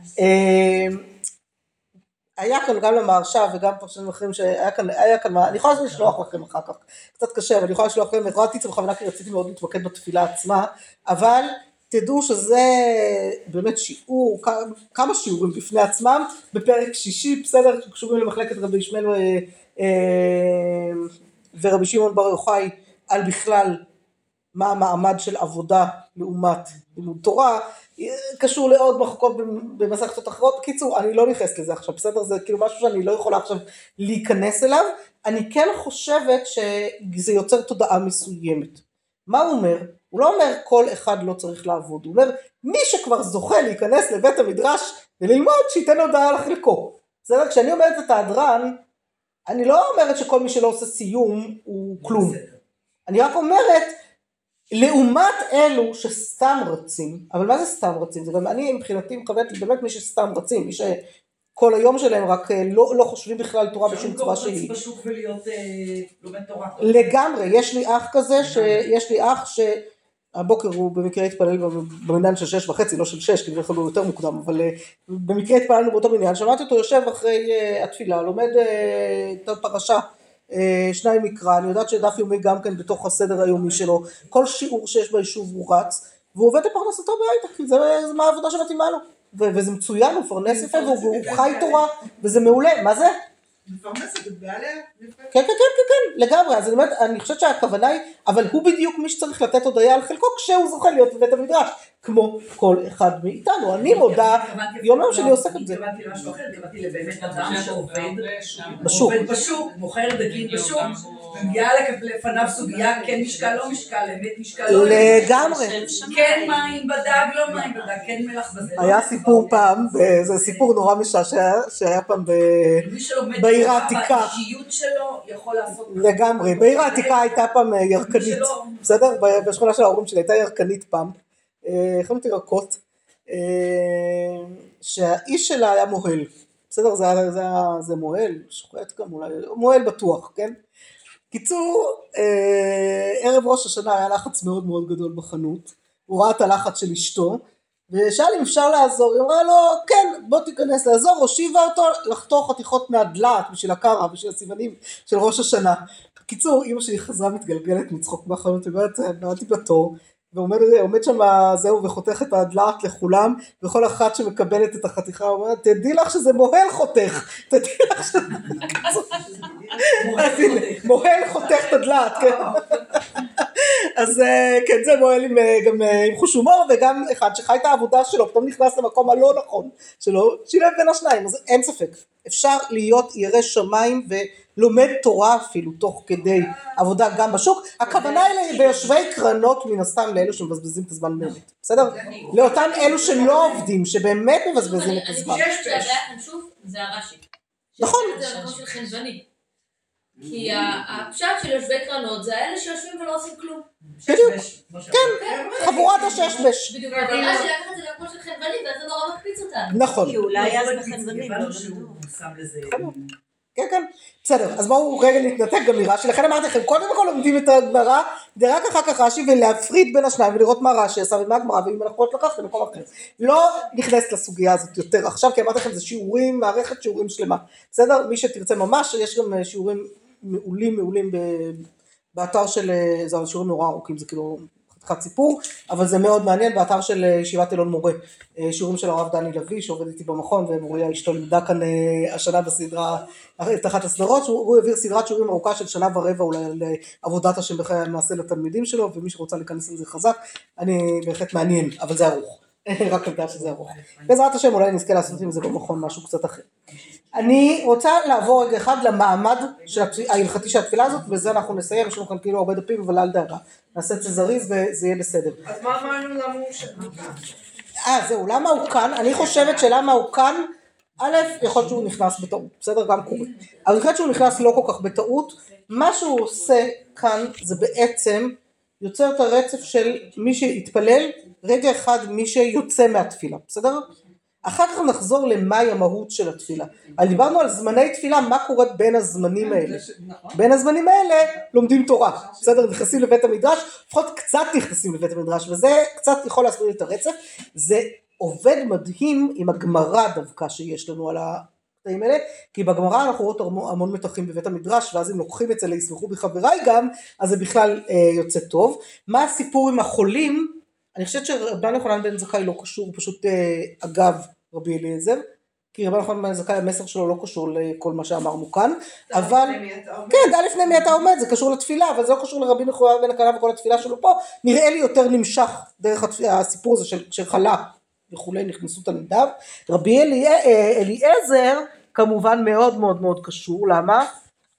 היה כאן גם למהרש"א וגם פרשנים אחרים שהיה כאן, אני יכולה לשלוח לכם אחר כך, קצת קשה, אבל אני יכולה לשלוח לכם, הראיתי את זה בכוונה כי רציתי מאוד להתמקד בתפילה עצמה, אבל תדעו שזה באמת שיעור, כמה שיעורים בפני עצמם, בפרק 6, בסדר, שקשורים למחלקת רבי ישמעאל ורבי שמעון בר יוחאי, על בכלל מה המעמד של עבודה לעומת לימוד תורה, קשור לעוד מחלוקות במסכתות אחרות. בקיצור, אני לא נכנס לזה עכשיו, בסדר? זה כאילו משהו שאני לא יכולה עכשיו להיכנס אליו. אני כן חושבת שזה יוצר תודעה מסוימת. מה הוא אומר? הוא לא אומר כל אחד לא צריך לעבוד, הוא אומר מי שכבר זוכה להיכנס לבית המדרש וללמוד שייתן הודעה על חלקו. בסדר? כשאני אומרת את ההדרן, אני לא אומרת שכל מי שלא עושה סיום הוא כלום. אני רק אומרת לעומת אלו שסתם רצים, אבל מה זה סתם רצים? זה גם אני מבחינתי מכוונת באמת מי שסתם רצים, מי שכל היום שלהם רק לא חושבים בכלל תורה בשום צורה שהיא. אפשר בשוק ולהיות לומד תורה. לגמרי, יש לי אח כזה, שיש לי אח שהבוקר הוא במקרה התפלל במניין של 6:30, לא של 6, כי בדרך כלל הוא יותר מוקדם, אבל במקרה התפללנו באותו מניין, שמעתי אותו יושב אחרי התפילה, לומד את הפרשה, 2 מקרא, אני יודעת שדף יומי גם כן בתוך הסדר היומי שלו, כל שיעור שיש ביישוב הוא רץ, והוא עובד לפרנסתו בהייטק, כי זה מה העבודה שמתאימה לו, וזה מצוין, הוא פרנס יפה, והוא חי תורה, וזה מעולה, מה זה? מפרנסת את בעליה. כן, לגמרי, אז אני חושבת שהכוונה היא, אבל הוא בדיוק מי שצריך לתת הודעה על חלקו, כשהוא זוכה להיות בבית המדרש, כמו כל אחד מאיתנו, אני מודה, יום שאני עוסקת בזה. התכוונתי למשהו אחר, התכוונתי לבאמת אדם שעובד בשוק, מוכר דגים בשוק, ומגיעה לפניו סוגיה, כן משקל, לא משקל, אמת משקל, לא לגמרי. כן מים בדג, לא מים בדג, כן מלח בזה. היה סיפור פעם, זה סיפור נורא משעשע, שהיה פעם בעיר העתיקה. האישיות שלו יכול לעשות... לגמרי, בעיר העתיקה הייתה פעם ירקנית, בסדר? בשכונה של ההורים שלי הייתה ירקנית פעם, חנות ירקות, שהאיש שלה היה מוהל, בסדר? זה מוהל, שוחט גם אולי, מוהל בטוח, כן? קיצור, ערב ראש השנה היה לחץ מאוד מאוד גדול בחנות, הוא ראה את הלחץ של אשתו, ושאל אם אפשר לעזור, היא אמרה לו, כן, בוא תיכנס לעזור, הושיבה אותו לחתוך חתיכות מהדלת, בשביל הקרה, בשביל הסימנים של ראש השנה. בקיצור, אמא שלי חזרה מתגלגלת מצחוק בחנות, היא אומרת, נעדתי בתור, ועומד שם זהו וחותך את הדלת לכולם, וכל אחת שמקבלת את החתיכה, אומרת, תדעי לך שזה מוהל חותך, תדעי לך שזה... מוהל חותך את הדלת, כן. אז כן, זה מוהל גם עם חוש הומור, וגם אחד שחי את העבודה שלו, פתאום נכנס למקום הלא נכון שלו, שילב בין השניים, אז אין ספק, אפשר להיות ירא שמיים ולומד תורה אפילו תוך כדי עבודה גם בשוק, הכוונה היא ביושבי קרנות מן הסתם לאלו שמבזבזים את הזמן באמת, בסדר? לאותם אלו שלא עובדים, שבאמת מבזבזים את הזמן. אני חושבת שהבעיה כאן שוב זה הרש"י. נכון. זה המקום של חנווני. כי הפשט של יושבי קרנות זה האלה שיושבים ולא עושים כלום. בדיוק, כן, חבורת הששבש. בדיוק, אבל רש"י לקח את זה למקום של חנווני ואז זה נורא מקפיץ אותנו. נכון. כי אולי אז בחנווני. הבנו שהוא שם לזה... כן, בסדר, אז בואו רגע להתנתק גם מרש"י, לכן אמרתי לכם, קודם כל לומדים את הגמרא, ורק אחר כך רש"י ולהפריד בין השניים ולראות מה רש"י עשה ומה הגמרא, ואם אנחנו עוד לקחת למקום אחר. לא נכנס לסוגיה הזאת יותר עכשיו, כי אמרתי לכם, זה שיעורים, מערכת שיעורים שלמה. בסדר? מי שתרצה ממש, יש גם שיעורים מעולים באתר של, זה שיעורים נורא ארוכים, זה כאילו חתיכת סיפור, אבל זה מאוד מעניין, באתר של ישיבת אלון מורה, שיעורים של הרב דני לוי, שעובד איתי במכון, ומוריה אשתו לימדה כאן השנה בסדרה, את אחת הסדרות, הוא העביר סדרת שיעורים ארוכה של 1.25 שנה אולי לעבודת השם בחיי המעשה לתלמידים שלו, ומי שרוצה להיכנס לזה חזק, אני בהחלט מעניין, אבל זה ארוך, רק לדעת שזה ארוך. בעזרת השם אולי נזכה לעשות עם זה במכון משהו קצת אחר. אני רוצה לעבור רגע אחד למעמד ההלכתי של התפילה הזאת, וזה אנחנו נסיים, יש לנו כאן כאילו הרבה דפים, אבל אל דאגה, נעשה את זה זריז וזה יהיה בסדר. אז מה אמרנו למה הוא שם? זהו, למה הוא כאן? אני חושבת שלמה הוא כאן, א', יכול להיות שהוא נכנס בטעות, בסדר? גם קורה. אבל אני חושבת שהוא נכנס לא כל כך בטעות, מה שהוא עושה כאן זה בעצם יוצר את הרצף של מי שיתפלל, רגע אחד מי שיוצא מהתפילה, בסדר? אחר כך נחזור למהי המהות של התפילה. דיברנו על זמני תפילה, מה קורה בין הזמנים האלה. בין הזמנים האלה לומדים תורה, בסדר? נכנסים לבית המדרש, לפחות קצת נכנסים לבית המדרש, וזה קצת יכול להסביר את הרצף. זה עובד מדהים עם הגמרא דווקא שיש לנו על הקטעים האלה, כי בגמרא אנחנו רואות המון מתחים בבית המדרש, ואז אם לוקחים את זה להסמכו בחבריי גם, אז זה בכלל יוצא טוב. מה הסיפור עם החולים? אני חושבת שרבן יוחנן בן זכאי לא קשור, פשוט אגב רבי אליעזר, כי רבן יוחנן בן זכאי המסר שלו לא קשור לכל מה שאמרנו כאן, אבל, כן, דע לפני מי אתה עומד, זה קשור לתפילה, אבל זה לא קשור לרבי יוחנן בן הקנה וכל התפילה שלו פה, נראה לי יותר נמשך דרך הסיפור הזה של חלה וכולי, נכנסו תלמידיו. רבי אליעזר כמובן מאוד מאוד מאוד קשור, למה?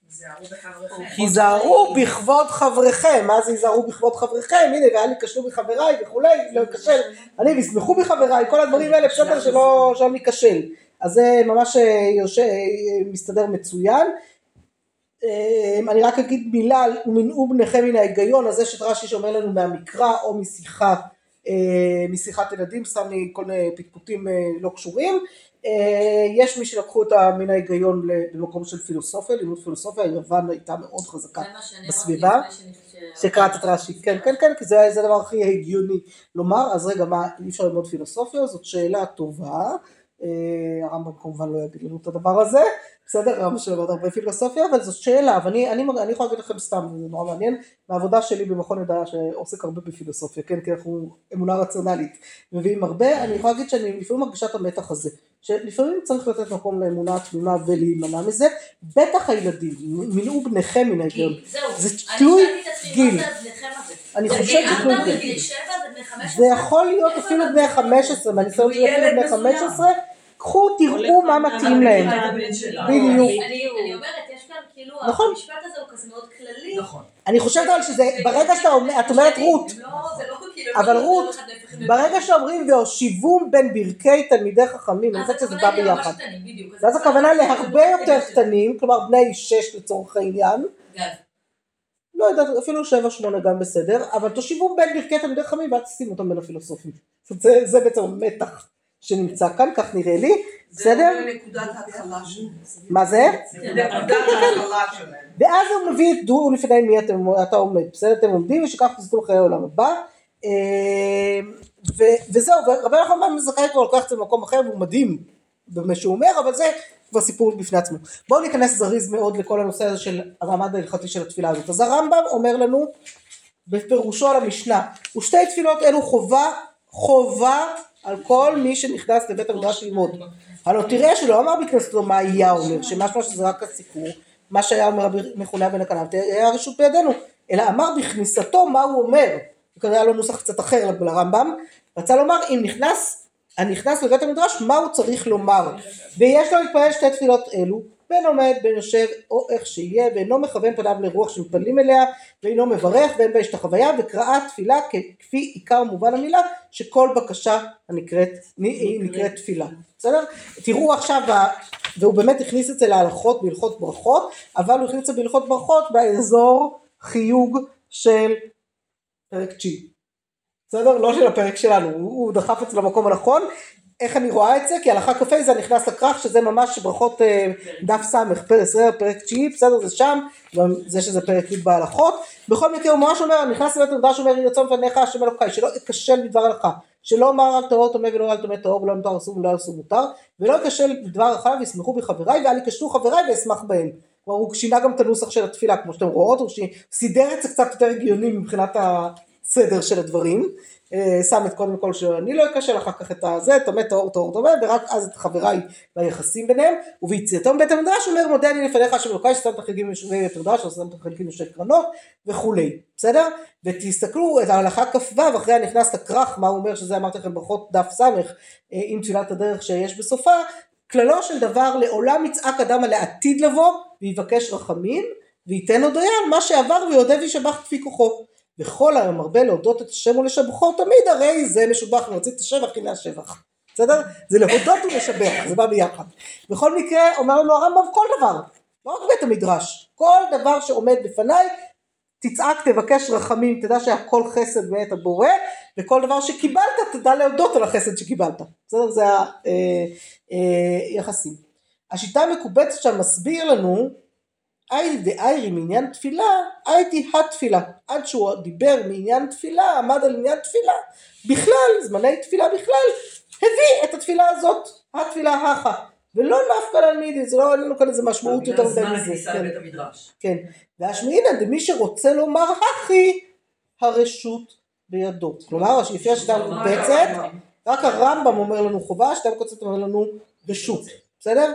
היזהרו בכבוד חבריכם. מה זה היזהרו בכבוד חבריכם? הנה, ואל ייכשלו בחבריי וכולי, לא ייכשל אני וישמחו בחבריי, כל הדברים האלה בסדר שלא ניכשל. אז זה ממש מסתדר מצוין. אני רק אגיד מילה, ומנעו בניכם מן ההיגיון הזה שרש"י שאומר לנו מהמקרא או משיחת ילדים, שם לי כל מיני פטפוטים לא קשורים. יש מי שלקחו את מן ההיגיון במקום של פילוסופיה, לימוד פילוסופיה, יוון הייתה מאוד חזקה בסביבה, שקראת את רש"י, כן, כי זה הדבר הכי הגיוני לומר. אז רגע, מה, אי אפשר ללמוד פילוסופיה? זאת שאלה טובה, הרמב"ם כמובן לא יגיד לנו את הדבר הזה, בסדר, הרמב"ם שלמד הרבה פילוסופיה, אבל זאת שאלה, ואני יכולה להגיד לכם סתם, זה נורא מעניין, מהעבודה שלי במכון ידע שעוסק הרבה בפילוסופיה, כן, כי אנחנו אמונה רציונלית, מביאים הרבה, אני יכולה להגיד שאני לפעמים מרגישה את המתח הזה, שלפעמים צריך לתת מקום לאמונה תמימה ולהימנע מזה, בטח הילדים, מנעו בניכם מן ההיגיון, זה תלוי גיל, אני חושבת שתלוי גיל, זה יכול להיות אפילו בני 15, מהניסיון שלי אפילו בני 15, קחו, תראו מה מתאים להם. בדיוק. אני אומרת, יש כאן כאילו, המשפט הזה הוא כזה מאוד כללי. נכון. אני חושבת על שזה, ברגע את אומרת רות, אבל רות, ברגע שאומרים והושיבום בין ברכי תלמידי חכמים, אני חושבת שזה בא ביחד. ואז הכוונה להרבה יותר קטנים, כלומר בני 6 לצורך העניין. לא יודעת, אפילו 7-8 גם בסדר, אבל תושיבום בין ברכי תלמידי חכמים ואל תשימו אותם בין הפילוסופים. זה בעצם מתח שנמצא כאן, כך נראה לי, בסדר? זה נקודת ההתחלה שלהם. מה זה? נקודת ההתחלה שלהם. ואז הוא מביא את דעו לפני מי אתה עומד, בסדר? אתם עומדים ושכך תזכו לחיי העולם הבא, וזהו, ורבי יוחנן בן זכאי כבר לוקח את זה במקום אחר, והוא מדהים במה שהוא אומר, אבל זה כבר סיפור בפני עצמו. בואו ניכנס זריז מאוד לכל הנושא הזה של המעמד ההלכתי של התפילה הזאת. אז הרמב"ם אומר לנו, בפירושו על המשנה, ושתי תפילות אלו חובה על כל מי שנכנס לבית המדרש ללמוד. הלא תראה שלא אמר בכנסתו מה היה אומר, שמשמע שזה רק הסיפור, מה שהיה אומר רבי יוחנן בן הקנה, היה רשות בידינו, אלא אמר בכניסתו מה הוא אומר, וכנראה היה לו נוסח קצת אחר לרמב"ם, רצה לומר אם נכנס לבית המדרש מה הוא צריך לומר, ויש לו להתפלל שתי תפילות אלו, בין עומד בין יושב או איך שיהיה, ואינו מכוון פניו לרוח שמתפללים אליה, ואינו מברך ואין בה השתחוויה, וקראת תפילה כפי עיקר מובן המילה, שכל בקשה נקראת תפילה. בסדר? תראו עכשיו, והוא באמת הכניס את זה להלכות בהלכות ברכות, אבל הוא הכניס את זה בהלכות ברכות באזור חיוג של פרק 9. בסדר? לא של הפרק שלנו, הוא דחף את זה למקום הנכון. איך אני רואה את זה? כי הלכה כ"ה זה נכנס לכרך, שזה ממש ברכות דף סמך, פרק 9, בסדר? זה שם, גם זה שזה פרק י' בהלכות. בכל מקרה הוא ממש אומר, נכנס לבית המדרש, אומר ירצון לפניך השם אלוקיי, שלא ייכשל בדבר הלכה, שלא אמר על טהור טמא ולא על טמא טהור, ולא מותר אסור ולא אסור מותר, ולא ייכשל בדבר הלכה וישמחו בחבריי, ואל ייכשלו חבריי ואשמח בהם. כלומר הוא שינה גם את הנוסח של התפילה, כמו שאתם רואות, הוא סידר את זה קצת יותר הגיוני מבחינת הסדר של הדברים. שם את קודם כל שאני לא אקשל, אחר כך את הזה, טמא טהור טהור טמא, ורק אז את חבריי והיחסים ביניהם. וביציאתו מבית המדרש אומר מודה אני לפניך השם אלוקיי ששם את החלקים בבית המדרש, ששם את החלקים בשתי קרנות וכולי, בסדר? ותסתכלו את ההלכה כ"ו, אחריה נכנס לכרך, מה הוא אומר, שזה אמרתי לכם ברכות דף סמך עם תפילת הדרך שיש בסופה, כללו של דבר לעולם יצעק אדם על העתיד לבוא ויבקש רחמים וייתן עוד דיין מה שעבר ויודה וישבח כפי כוחו, וכל המרבה להודות את השם ולשבחו תמיד, הרי זה משובח ורצית את השבח, הנה השבח, בסדר? זה להודות ולשבח, זה בא ביחד. בכל מקרה אומר לנו הרמב"ם כל דבר, לא רק בית המדרש, כל דבר שעומד בפניי, תצעק, תבקש רחמים, תדע שהכל חסד מאת הבורא, וכל דבר שקיבלת תדע להודות על החסד שקיבלת. בסדר? זה היחסים. השיטה המקובצת שם מסביר לנו, היידי דאיירי מעניין תפילה, הייתי התפילה. עד שהוא דיבר מעניין תפילה, עמד על עניין תפילה, בכלל, זמני תפילה בכלל, הביא את התפילה הזאת, התפילה הכה. ולא נפקא למידי, זה לא, אין לנו כאן איזה משמעות יותר זמן הכניסה כן. לבית המדרש. כן, והשמעינן, מי שרוצה לומר הכי, הרשות בידו. כלומר, לפי השיטה המקובצת, רק הרמב"ם אומר לנו חובה, השיטה המקובצת אומר לנו רשות. בסדר?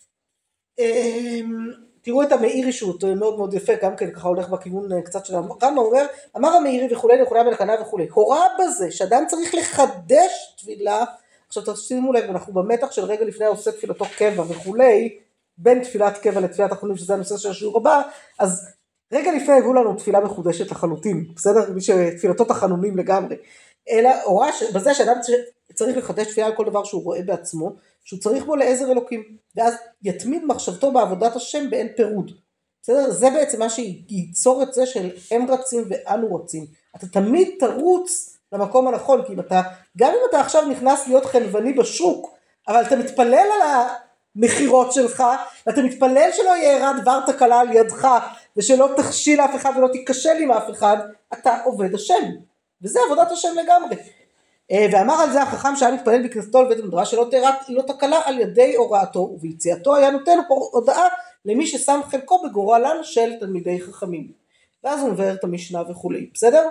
תראו את המאירי שהוא מאוד מאוד יפה, גם כן ככה הולך בכיוון קצת של הרמב"ם, אומר, אמר המאירי וכולי, נכונה בלקנה וכולי. הוראה בזה שאדם צריך לחדש תפילה, עכשיו תשימו לב, אנחנו במתח של רגע לפני עושה תפילתו קבע וכולי, בין תפילת קבע לתפילת החנונים, שזה הנושא של השיעור הבא, אז רגע לפני הביאו לנו תפילה מחודשת לחלוטין, בסדר? מי שתפילתו תחנונים לגמרי, אלא הוראה בזה שאדם צריך לחדש תפילה על כל דבר שהוא רואה בעצמו, שהוא צריך בו לעזר אלוקים, ואז יתמיד מחשבתו בעבודת השם באין פירוד, בסדר? זה בעצם מה שייצור את זה של הם רצים ואנו רצים, אתה תמיד תרוץ למקום הנכון, כי גם אם אתה עכשיו נכנס להיות חנווני בשוק, אבל אתה מתפלל על המחירות שלך, ואתה מתפלל שלא יהיה רע דבר תקלה על ידך, ושלא תכשיל אף אחד ולא תיכשל עם אף אחד, אתה עובד השם, וזה עבודת השם לגמרי. ואמר על זה החכם שהיה מתפלל בכנסתו לבית המדרש, שלא תקלה על ידי הוראתו, וביציאתו היה נותן הודעה למי ששם חלקו בגורלן של תלמידי חכמים. ואז הוא מבאר את המשנה וכולי, בסדר?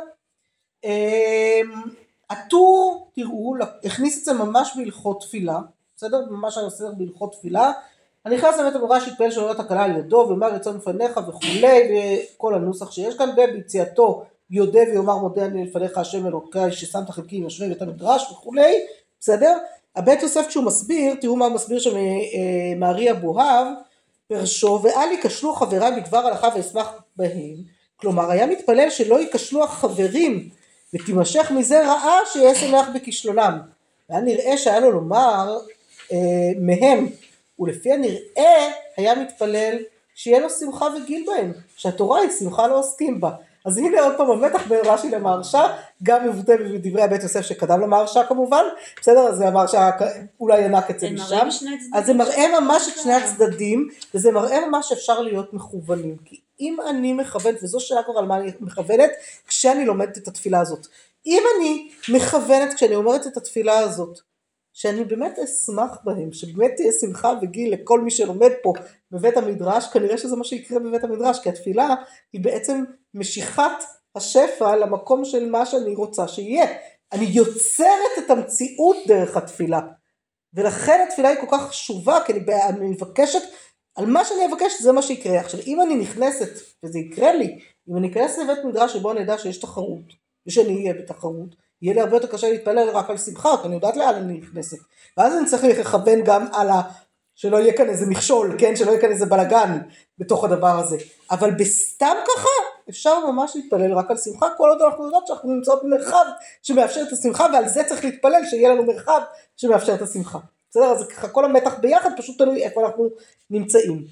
הטור, תראו, הכניס את זה ממש בהלכות תפילה, בסדר? ממש אני עושה בהלכות תפילה, אני נכנס לבית המדרש שהתפלל שלא תקלה על ידו, ומה רצון לפניך וכולי, וכל הנוסח שיש כאן, וביציאתו יודע ויאמר מודה אני לפניך השם אלוקיי ששמת חלקי עם יושבי בית המדרש וכולי, בסדר? הבית יוסף כשהוא מסביר, תראו מה הוא מסביר שם מארי אבוהב, פרשו, ואל יקשלו חבריי בדבר הלכה ואשמח בהם, כלומר היה מתפלל שלא יקשלו החברים, ותימשך מזה רעה שיהיה שמח בכישלונם, והיה נראה שהיה לו לומר מהם, ולפי הנראה היה מתפלל שיהיה לו שמחה וגיל בהם, שהתורה היא שמחה לא עוסקים בה, אז הנה עוד פעם המתח בין רש"י למהרש"א, גם מבוטא בדברי הבית יוסף שקדם למהרש"א כמובן, בסדר? אז המהרש"א אולי ינק את זה משם, אז זה מראה ממש את שני הצדדים, וזה מראה ממש שאפשר להיות מכוונים, כי אם אני מכוונת, וזו שאלה כבר על מה אני מכוונת, כשאני לומדת את התפילה הזאת, אם אני מכוונת כשאני אומרת את התפילה הזאת, שאני באמת אשמח בהם, שבאמת תהיה שמחה וגיל לכל מי שלומד פה בבית המדרש, כנראה שזה מה שיקרה בבית המדרש, כי התפילה היא בעצם משיכת השפע למקום של מה שאני רוצה שיהיה. אני יוצרת את המציאות דרך התפילה, ולכן התפילה היא כל כך חשובה, כי אני מבקשת, על מה שאני אבקש זה מה שיקרה. עכשיו אם אני נכנסת, וזה יקרה לי, אם אני אכנס לבית מדרש שבו אני יודע שיש תחרות, ושאני אהיה בתחרות, יהיה לי הרבה יותר קשה להתפלל רק על שמחה, כי אני יודעת לאן אני נכנסת. ואז אני צריך לכוון גם על שלא יהיה כאן איזה מכשול, כן? שלא יהיה כאן איזה בלגן בתוך הדבר הזה. אבל בסתם ככה, אפשר ממש להתפלל רק על שמחה, כל עוד אנחנו יודעות שאנחנו נמצאות במרחב שמאפשר את השמחה, ועל זה צריך להתפלל שיהיה לנו מרחב שמאפשר את השמחה. בסדר? אז ככה כל המתח ביחד, פשוט תלוי איפה אנחנו נמצאים.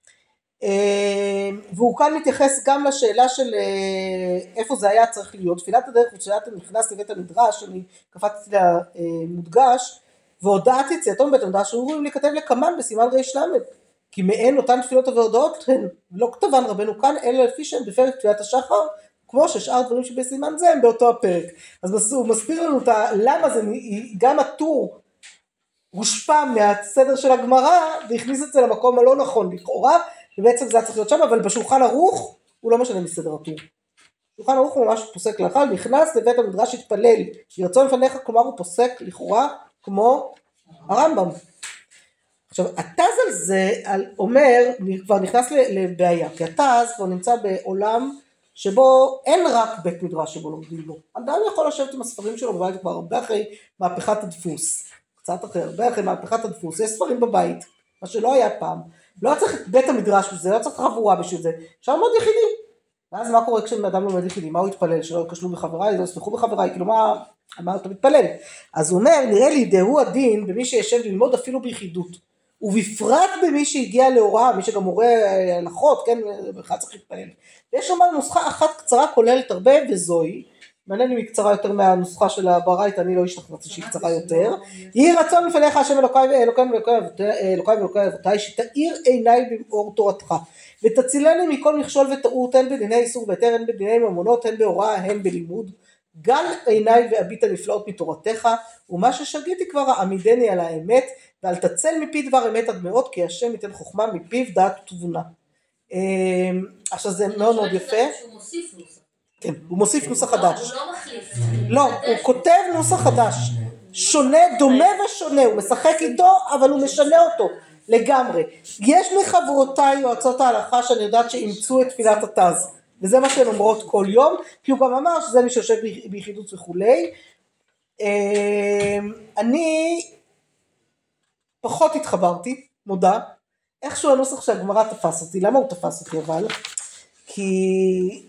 והוא כאן מתייחס גם לשאלה של איפה זה היה צריך להיות, תפילת הדרך ושאתה נכנס לבית המדרש, אני קפצתי למודגש, והודעת יציאתו מבית המדרש, שהוא רואים להיכתב לקמן בסימן ריש למד, כי מעין אותן תפילות והודעות הן לא כתבן רבנו כאן, אלא לפי שהן בפרק תפילת השחר, כמו ששאר דברים שבסימן זה הם באותו הפרק. אז הוא מסביר לנו למה זה, גם הטור הושפע מהסדר של הגמרא, והכניס את זה למקום הלא נכון לכאורה, ובעצם זה צריך להיות שם, אבל בשולחן ערוך הוא לא משנה מסדר הטור. שולחן ערוך הוא ממש פוסק לאכל, נכנס לבית המדרש התפלל, ירצון לפניך, כלומר הוא פוסק לכאורה כמו הרמב"ם. עכשיו התז על זה אומר, כבר נכנס לבעיה, כי התז כבר נמצא בעולם שבו אין רק בית מדרש שבו לומדים לו. אדם יכול לשבת עם הספרים שלו בבית כבר הרבה אחרי מהפכת הדפוס, קצת אחרי, הרבה אחרי מהפכת הדפוס, יש ספרים בבית, מה שלא היה פעם. לא צריך את בית המדרש בזה, לא צריך חבורה בשביל זה, אפשר ללמוד יחידים. ואז מה קורה כשאדם לומד יחידים? מה הוא יתפלל? שלא יקשלו בחבריי, לא יסמכו בחבריי, כאילו מה אתה מתפלל? אז הוא אומר, נראה לי דהו הדין במי שישב ללמוד אפילו ביחידות. ובפרט במי שהגיע להוראה, מי שגם מורה הלכות, כן, בכלל צריך להתפלל. ויש שם נוסחה אחת קצרה כוללת הרבה וזוהי, מעניין אם היא קצרה יותר מהנוסחה של הברייתא, אני לא השתכנעתי שהיא קצרה יותר. יהי רצון לפניך השם אלוקיי ואלוקי אבותיי, שתאיר עיניי באור תורתך, ותצילני מכל מכשול וטעות, הן בדיני איסור והיתר, הן בדיני ממונות, הן בהוראה, הן בלימוד. גל עיניי והביט הנפלאות מתורתך, ומה ששגיתי כבר העמידני על האמת, ואל תצל מפי דבר אמת עד מאוד, כי השם ייתן חוכמה מפיו דעת ותבונה. עכשיו זה מאוד מאוד יפה. שהוא מוסיף נוסח. כן, הוא מוסיף נוסח חדש. הוא לא מחליף. לא, הוא כותב נוסח חדש. שונה, דומה ושונה, הוא משחק איתו, אבל הוא משנה אותו לגמרי. יש מחברותיי יועצות ההלכה שאני יודעת שאימצו את תפילת התז, וזה מה שהן אומרות כל יום, כי הוא גם אמר שזה מי שיושב ביחידות וכולי. אני פחות התחברתי, מודה, איכשהו הנוסח שהגמרא תפס אותי. למה הוא תפס אותי אבל? כי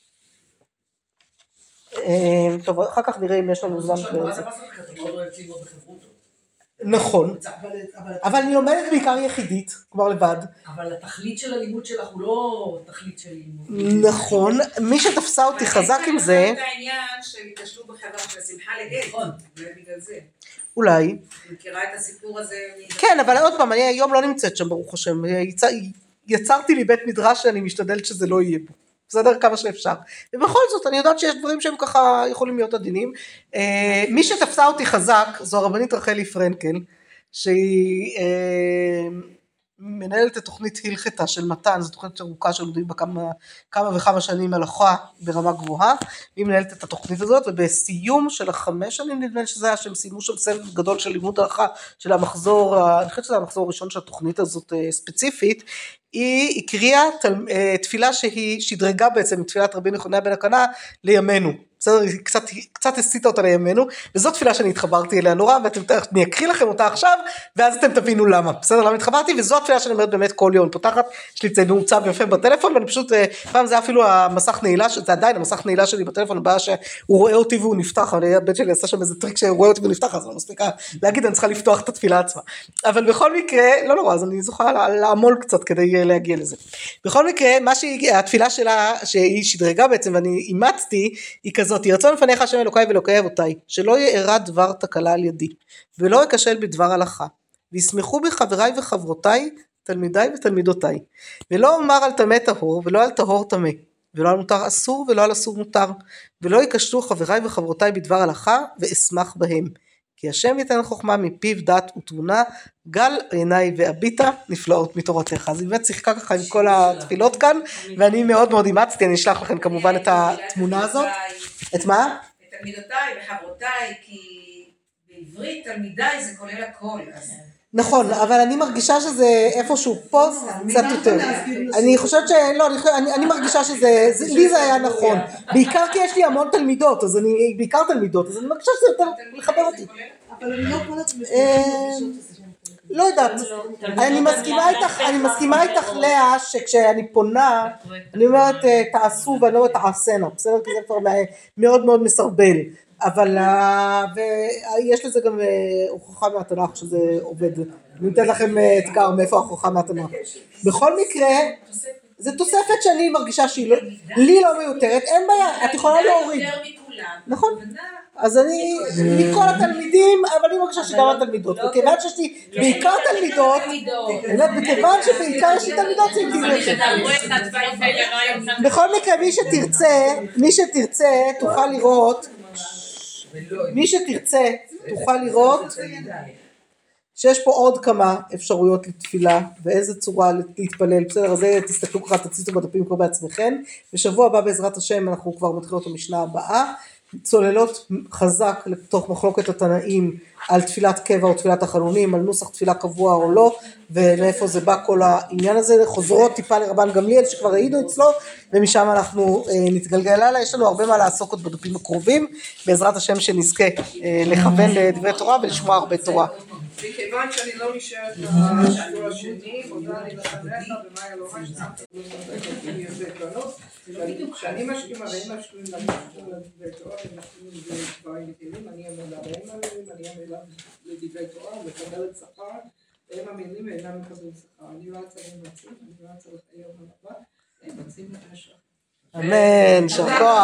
טוב, אחר כך נראה אם יש לנו זמן כזה. נכון, אבל אני לומדת בעיקר יחידית, כבר לבד. אבל התכלית של הלימוד שלך הוא לא תכלית של לימוד. נכון, מי שתפסה אותי חזק עם זה, את העניין של התקשרו בחברה של שמחה לגט, ובגלל זה. אולי. מכירה את הסיפור הזה? כן, אבל עוד פעם, אני היום לא נמצאת שם ברוך השם, יצרתי לי בית מדרש שאני משתדלת שזה לא יהיה בו. בסדר? כמה שאפשר. ובכל זאת, אני יודעת שיש דברים שהם ככה יכולים להיות עדינים. מי שתפסה אותי חזק, זו הרבנית רחלי פרנקל, שהיא מנהלת את תוכנית הלכתה של מתן, זו תוכנית ארוכה שלומדים בה כמה וכמה שנים הלכה ברמה גבוהה, והיא מנהלת את התוכנית הזאת, ובסיום של 5 שנים נדמה לי שזה היה, שהם סיימו שם סבב גדול של לימוד הלכה, של המחזור, אני חושבת שזה המחזור הראשון של התוכנית הזאת ספציפית, היא הקריאה תפילה שהיא שדרגה בעצם מתפילת רבי נחוניה בן הקנה לימינו, בסדר? היא קצת הסיטה אותה לימינו, וזו תפילה שאני התחברתי אליה נורא, ואני אקריא לכם אותה עכשיו, ואז אתם תבינו למה, בסדר? למה התחברתי? וזו התפילה שאני אומרת באמת כל יום, פותחת, יש לי ציינו צו יפה בטלפון, ואני פשוט, פעם זה אפילו המסך נעילה, זה עדיין המסך נעילה שלי בטלפון, הבעיה שהוא רואה אותי והוא נפתח, אבל הבן שלי עשה שם איזה טריק שהוא רואה אותי והוא נפתח, אז לא מספיק להגיד, אני צריכה לפתוח את התפילה עצמה. אבל בכל מקרה, לא נורא, אז אני זוכה לעמול קצת כדי להגיע לזה. בכל מקרה, התפילה שלה, שהיא שדרגה בעצם, ואני אימצתי, היא כזאת, רצון לפניך השם אלוקיי ואלוקי אבותיי, שלא יארע דבר תקלה על ידי, ולא אכשל בדבר הלכה, וישמחו בי חבריי וחברותיי, תלמידיי ותלמידותיי, ולא אומר על טמא טהור, ולא על טהור טמא, ולא על מותר אסור, ולא על אסור מותר, ולא יקשרו חבריי וחברותיי בדבר הלכה, ואשמח בהם, כי השם ייתן חוכמה מפיו דעת ותבונה, גל עיניי והביטה נפלאות מתורתך. אז היא באמת שיחקה ככה עם כל התפילות כאן, ואני מאוד מאוד אימצתי, אני אשלח לכם כמובן את התמונה הזאת. את מה? את תלמידותיי וחברותיי, כי בעברית תלמידיי זה כולל הכל. נכון, אבל אני מרגישה שזה איפשהו פה קצת יותר. אני חושבת שלא, אני מרגישה שזה, לי זה היה נכון. בעיקר כי יש לי המון תלמידות, אז אני, בעיקר תלמידות, אז אני מרגישה שזה יותר לחבר אותי. אבל אני לא כל עצמי. לא יודעת, אני מסכימה איתך לאה, שכשאני פונה, אני אומרת תעשו ואני אומרת תעשנה, בסדר? כי זה כבר מאוד מאוד מסרבל. אבל יש לזה גם הוכחה מהתנ"ך שזה עובד. אני אתן לכם אתגר מאיפה ההוכחה מהתנ"ך. בכל מקרה, זו תוספת שאני מרגישה שהיא לי לא מיותרת, אין בעיה, את יכולה להוריד. נכון. אז אני, מכל התלמידים, אבל אני מרגישה שגם התלמידות, וכיוון שיש לי בעיקר תלמידות, וכיוון שבעיקר יש לי תלמידות, בכל מקרה מי שתרצה תוכל לראות, שיש פה עוד כמה אפשרויות לתפילה, ואיזה צורה להתפלל, בסדר, אז תסתכלו ככה, תציצו בדפים כבר בעצמכם, בשבוע הבא בעזרת השם אנחנו כבר מתחילות המשנה הבאה, צוללות חזק לתוך מחלוקת התנאים על תפילת קבע או תפילת החלונים, על נוסח תפילה קבוע או לא, ומאיפה זה בא כל העניין הזה, חוזרות טיפה לרבן גמליאל שכבר ראינו אצלו, ומשם אנחנו נתגלגל הלאה, יש לנו הרבה מה לעסוק עוד בדפים הקרובים, בעזרת השם שנזכה לכוון לדברי תורה ולשמוע הרבה תורה. מכיוון שאני לא נשארת בשיעור השני, מודה אני לפניך במאי אלוהי שאני משכימה והם משכימים לדברי תורה, הם משכימים לדברים יתירים, אני אמד עליהם עליהם, אני אמד לדברי תורה, מקבלת שכר והם המילים ואינם מקבלים שכר. אני רצה למצים, אני רצה לחיי יום הבא, הם מצים את השכר. אמן, יישר כוח.